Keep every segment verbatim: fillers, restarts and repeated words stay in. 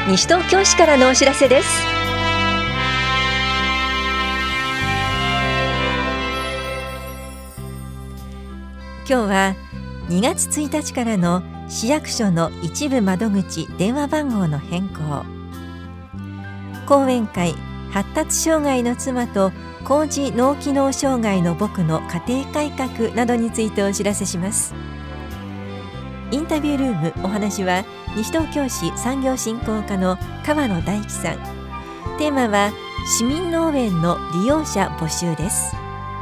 西東京市からのお知らせです。今日はにがつついたちからの市役所の一部窓口電話番号の変更、講演会発達障害の妻と高次脳機能障害の僕の家庭改革などについてお知らせします。インタビュールームお話は西東京市産業振興課の川野大樹さん。テーマは市民農園の利用者募集です。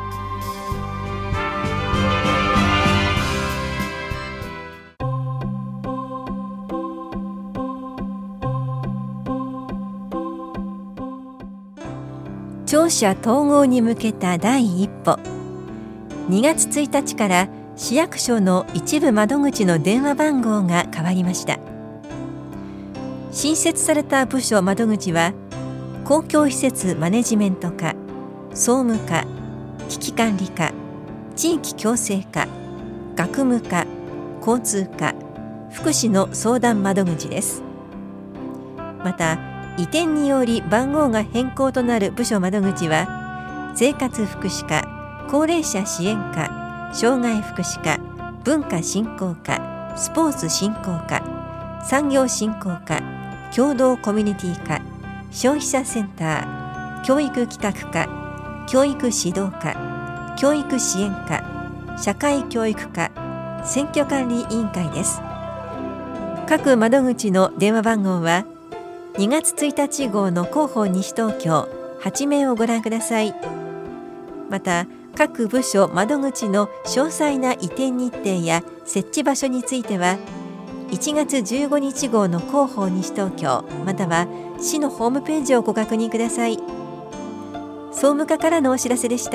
庁舎統合に向けた第一歩。にがつついたちから市役所の一部窓口の電話番号が変わりました。新設された部署窓口は公共施設マネジメント課、総務課、危機管理課、地域共生課、学務課、交通課、福祉の相談窓口です。また移転により番号が変更となる部署窓口は生活福祉課、高齢者支援課、障害福祉課、文化振興課、スポーツ振興課、産業振興課、共同コミュニティ課、消費者センター、教育企画課、教育指導課、教育支援課、社会教育課、選挙管理委員会です。各窓口の電話番号はにがつついたち号の広報西東京はちめいをご覧ください。また各部署窓口の詳細な移転日程や設置場所についてはいちがつじゅうごにち号の広報西東京または市のホームページをご確認ください。総務課からのお知らせでした。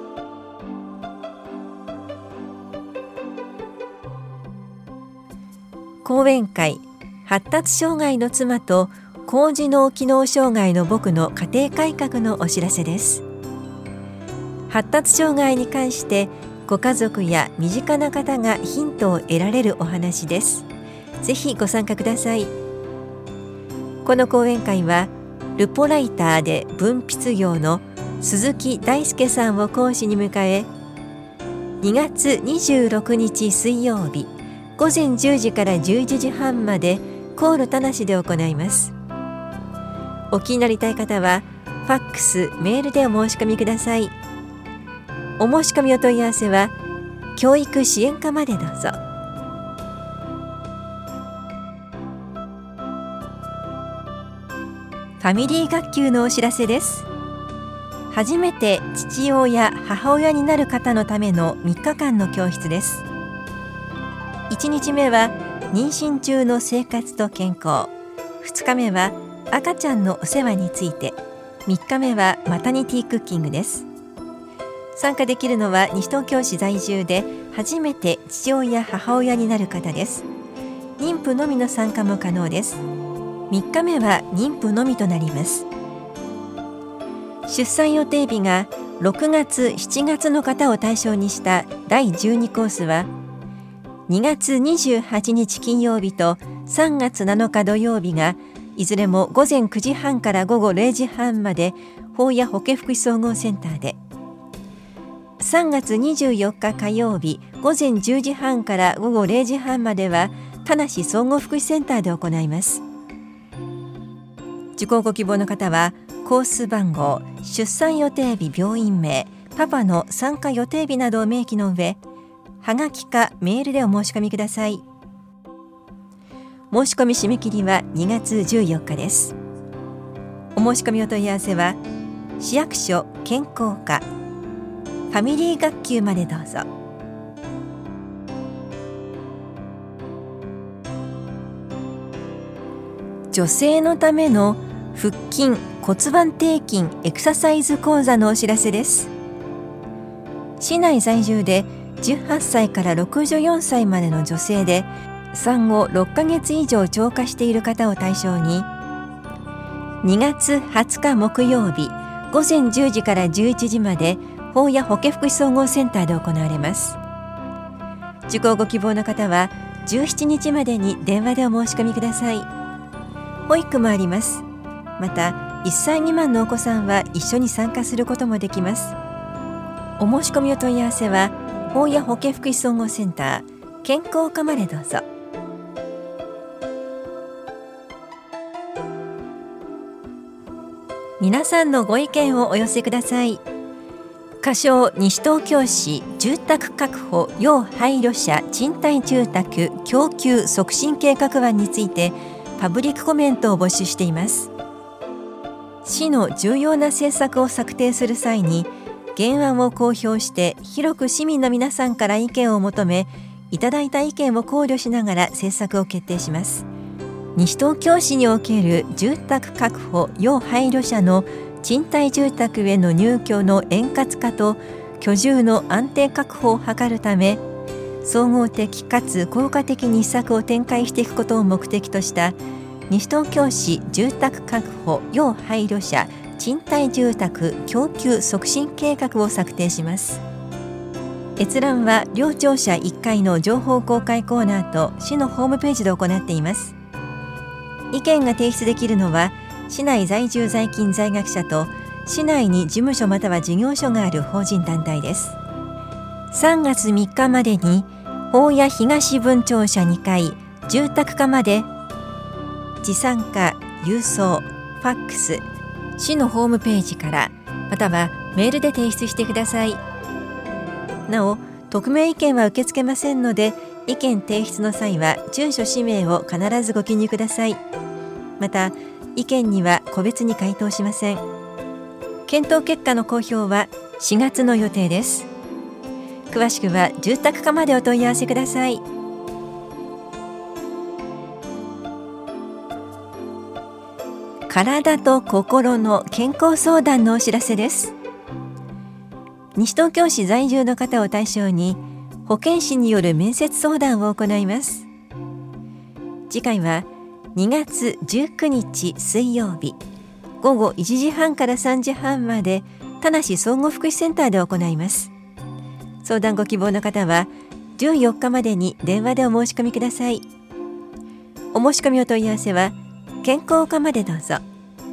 講演会発達障害の妻と高次脳機能障害の僕の家庭改革のお知らせです。発達障害に関してご家族や身近な方がヒントを得られるお話です。ぜひご参加ください。この講演会はルポライターで文筆業の鈴木大輔さんを講師に迎え、にがつにじゅうろくにち水曜日ごぜんじゅうじからじゅういちじはんまでコール田無で行います。お気になりたい方はファックス、メールでお申し込みください。お申し込みお問い合わせは教育支援課までどうぞ。ファミリー学級のお知らせです。初めて父親、母親になる方のためのみっかかんの教室です。いちにちめは妊娠中の生活と健康、ふつかめは赤ちゃんのお世話について、みっかめはマタニティクッキングです。参加できるのは西東京市在住で初めて父親、母親になる方です。妊婦のみの参加も可能です。みっかめは妊婦のみとなります。出産予定日がろくがつ、しちがつの方を対象にしただいじゅうにコースはにがつにじゅうはちにち金曜日とさんがつなのか土曜日がいずれもごぜんくじはんからごごれいじはんまで法や保健福祉総合センターで、さんがつにじゅうよっか火曜日ごぜんじゅうじはんからごごれいじはんまでは田無総合福祉センターで行います。受講ご希望の方はコース番号、出産予定日、病院名、パパの参加予定日などを明記の上、はがきかメールでお申し込みください。申し込み締め切りはにがつじゅうよっかです。お申し込みお問い合わせは市役所健康課ファミリー学級までどうぞ。女性のための腹筋・骨盤底筋エクササイズ講座のお知らせです。市内在住でじゅうはっさいからろくじゅうよんさいまでの女性で産後ろっかげつ以上超過している方を対象ににがつはつか木曜日ごぜんじゅうじからじゅういちじまで法や保健福祉総合センターで行われます。受講ご希望の方はじゅうしちにちまでに電話でお申し込みください。 保育もあります。またいっさい未満のお子さんは一緒に参加することもできます。お申し込みお問い合わせは法や保健福祉総合センター健康課までどうぞ。皆さんのご意見をお寄せください。仮称西東京市住宅確保要配慮者賃貸住宅供給促進計画案についてパブリックコメントを募集しています。市の重要な政策を策定する際に原案を公表して広く市民の皆さんから意見を求め、いただいた意見を考慮しながら政策を決定します。西東京市における住宅確保要配慮者の賃貸住宅への入居の円滑化と居住の安定確保を図るため、総合的かつ効果的に施策を展開していくことを目的とした西東京市住宅確保要配慮者賃貸住宅供給促進計画を策定します。閲覧は両庁舎いっかいの情報公開コーナーと市のホームページで行っています。意見が提出できるのは市内在住在勤在学者と市内に事務所または事業所がある法人団体です。さんがつみっかまでに法屋東分庁舎にかい住宅課まで持参加、郵送、ファックス、市のホームページからまたはメールで提出してください。なお、匿名意見は受け付けませんので、意見提出の際は住所氏名を必ずご記入ください。また、意見には個別に回答しません。検討結果の公表はしがつの予定です。詳しくは住宅課までお問い合わせください。体と心の健康相談のお知らせです。西東京市在住の方を対象に保健師による面接相談を行います。次回はにがつじゅうくにち水曜日ごごいちじはんからさんじはんまで田無総合福祉センターで行います。相談ご希望の方はじゅうよっかまでに電話でお申し込みください。お申し込みお問い合わせは健康課までどうぞ。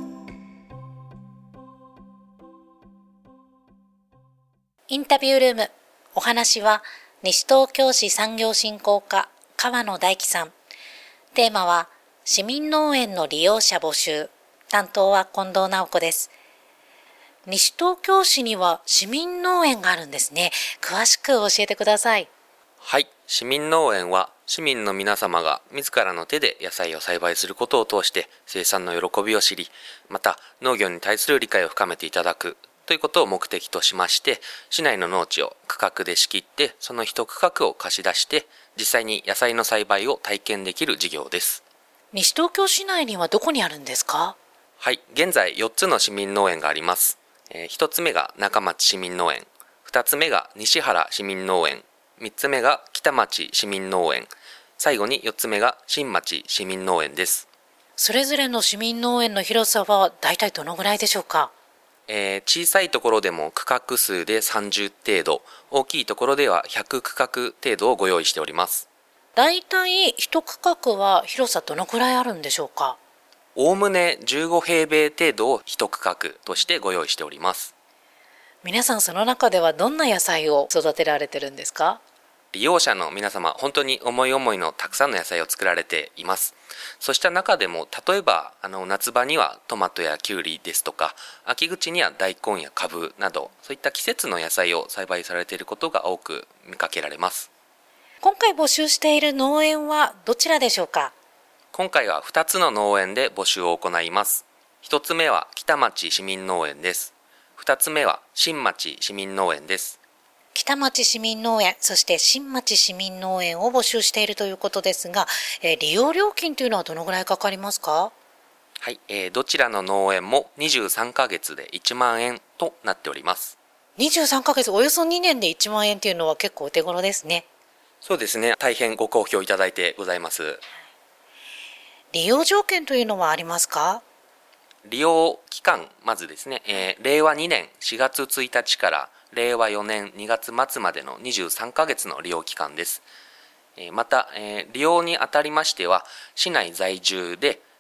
インタビュールーム。お話は西東京市産業振興課川野大樹さん。テーマは市民農園の利用者募集。担当は近藤直子です。西東京市には市民農園があるんですね。詳しく教えてください。 はい、市民農園は市民の皆様が自らの手で野菜を栽培することを通して生産の喜びを知り、また農業に対する理解を深めていただくということを目的としまして、市内の農地を区画で仕切ってその一区画を貸し出して実際に野菜の栽培を体験できる事業です。 西東京市内にはどこにあるんですか？ はい、現在よっつの市民農園があります。えー、ひとつめが中町市民農園、ふたつめが西原市民農園、みっつめが北町市民農園、最後によっつめが新町市民農園です。 それぞれの市民農園の広さはだいたいどのぐらいでしょうか？ えー、小さいところでも区画数でさんじゅう程度、大きいところではひゃく区画程度をご用意しております。 だいたい一区画は広さどのくらいあるんでしょうか？ おおむねじゅうごへいべい程度を一区画としてご用意しております。 皆さんその中ではどんな野菜を育てられてるんですか？ 利用者の皆様、本当に思い思いのたくさんの野菜を作られています。そうした中でも、例えばあの夏場にはトマトやキュウリですとか、秋口には大根やカブなど、そういった季節の野菜を栽培されていることが多く見かけられます。 今回募集している農園はどちらでしょうか？ 今回はふたつの農園で募集を行います。ひとつめは北町市民農園です。ふたつめは新町市民農園です。 北町市民農園、そして新町市民農園を募集しているということですが、えー、利用料金というのはどのぐらいかかりますか？ はい、えー、どちらの農園もにじゅうさんかげつでいちまんえんとなっております。 にじゅうさんかげつ、およそにねんでいちまんえんというのは結構お手頃ですね。 そうですね、大変ご好評いただいてございます。 利用条件というのはありますか？ 利用期間、まずですね、えー、れいわにねんしがつついたちかられいわよねんにがつまつまでのにじゅうさんかげつの利用期間です。えー、また、えー、利用にあたりましては、市内在住で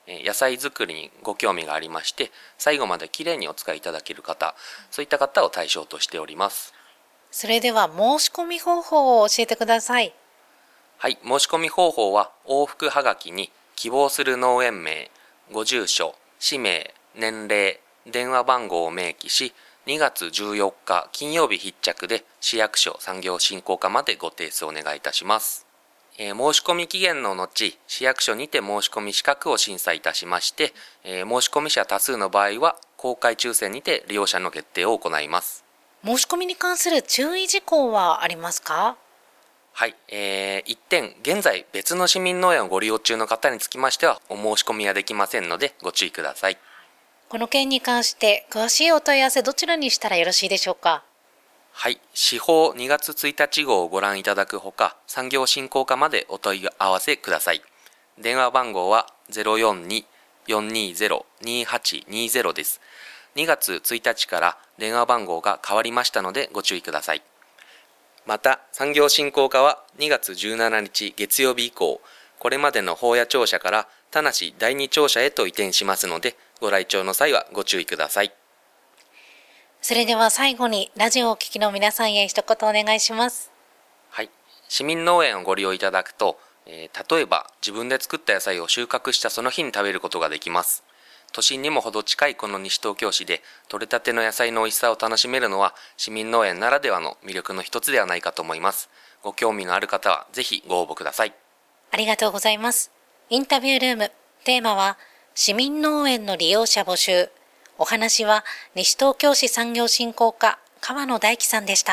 野菜作りにご興味がありまして、最後まできれいにお使いいただける方、そういった方を対象としております。 それでは申し込み方法を教えてください。 はい、申し込み方法は往復はがきに希望する農園名、ご住所、氏名、年齢、電話番号を明記し、にがつじゅうよっか金曜日必着で市役所産業振興課までご提出お願いいたします。えー、申し込み期限の後、市役所にて申し込み資格を審査いたしまして、えー、申し込み者多数の場合は公開抽選にて利用者の決定を行います。 申し込みに関する注意事項はありますか？ はい、えー、一点、現在別の市民農園をご利用中の方につきましてはお申し込みはできませんのでご注意ください。 この件に関して詳しいお問い合わせどちらにしたらよろしいでしょうか？ はい、市法にがつついたち号をご覧いただくほか、産業振興課までお問い合わせください。電話番号は ゼロよんに よんにゼロ にはちにゼロ です。にがつついたちから電話番号が変わりましたのでご注意ください。また、産業振興課はにがつじゅうしちにち月曜日以降、これまでの保谷庁舎から田無だいに庁舎へと移転しますので、ご来庁の際はご注意ください。 それでは最後にラジオをお聞きの皆さんへ一言お願いします。 はい、市民農園をご利用いただくと、えー、例えば自分で作った野菜を収穫したその日に食べることができます。都心にも程近いこの西東京市で採れたての野菜の美味しさを楽しめるのは市民農園ならではの魅力の一つではないかと思います。ご興味のある方はぜひご応募ください。 ありがとうございます。インタビュールーム、テーマは市民農園の利用者募集。お話は西東京市産業振興課川野大樹さんでした。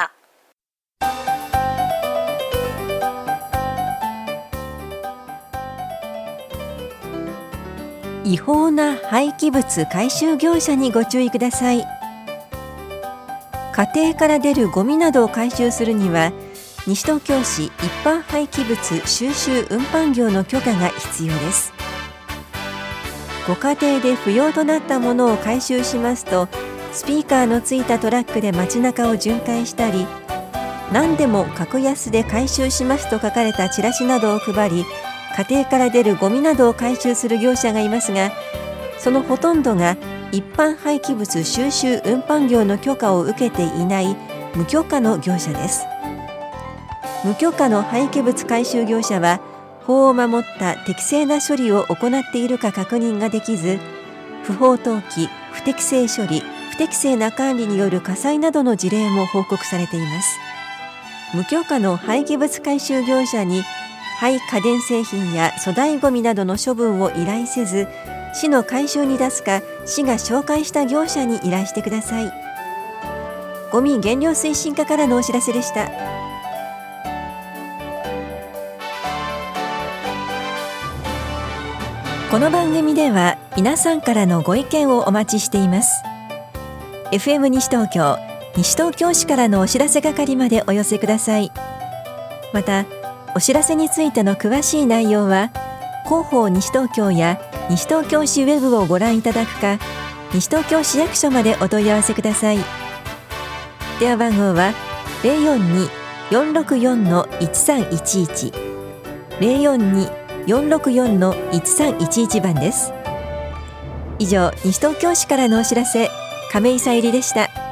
違法な廃棄物回収業者にご注意ください。家庭から出るゴミなどを回収するには、西東京市一般廃棄物収集運搬業の許可が必要です。ご家庭で不要となったものを回収しますと、スピーカーのついたトラックで街中を巡回したり、何でも格安で回収しますと書かれたチラシなどを配り、家庭から出るゴミなどを回収する業者がいますが、そのほとんどが一般廃棄物収集運搬業の許可を受けていない無許可の業者です。無許可の廃棄物回収業者は、法を守った適正な処理を行っているか確認ができず、不法投棄、不適正処理、不適正な管理による火災などの事例も報告されています。無許可の廃棄物回収業者に廃家電製品や粗大ごみなどの処分を依頼せず、市の回収に出すか、市が紹介した業者に依頼してください。ごみ減量推進課からのお知らせでした。この番組では皆さんからのご意見をお待ちしています。 エフエム 西東京、西東京市からのお知らせ係までお寄せください。また、お知らせについての詳しい内容は広報西東京や西東京市ウェブをご覧いただくか、西東京市役所までお問い合わせください。電話番号は ゼロよんに よんろくよん いちさんいちいち ゼロよんに よんろくよん いちさんいちいち番です。以上、西東京市からのお知らせ、亀井さゆりでした。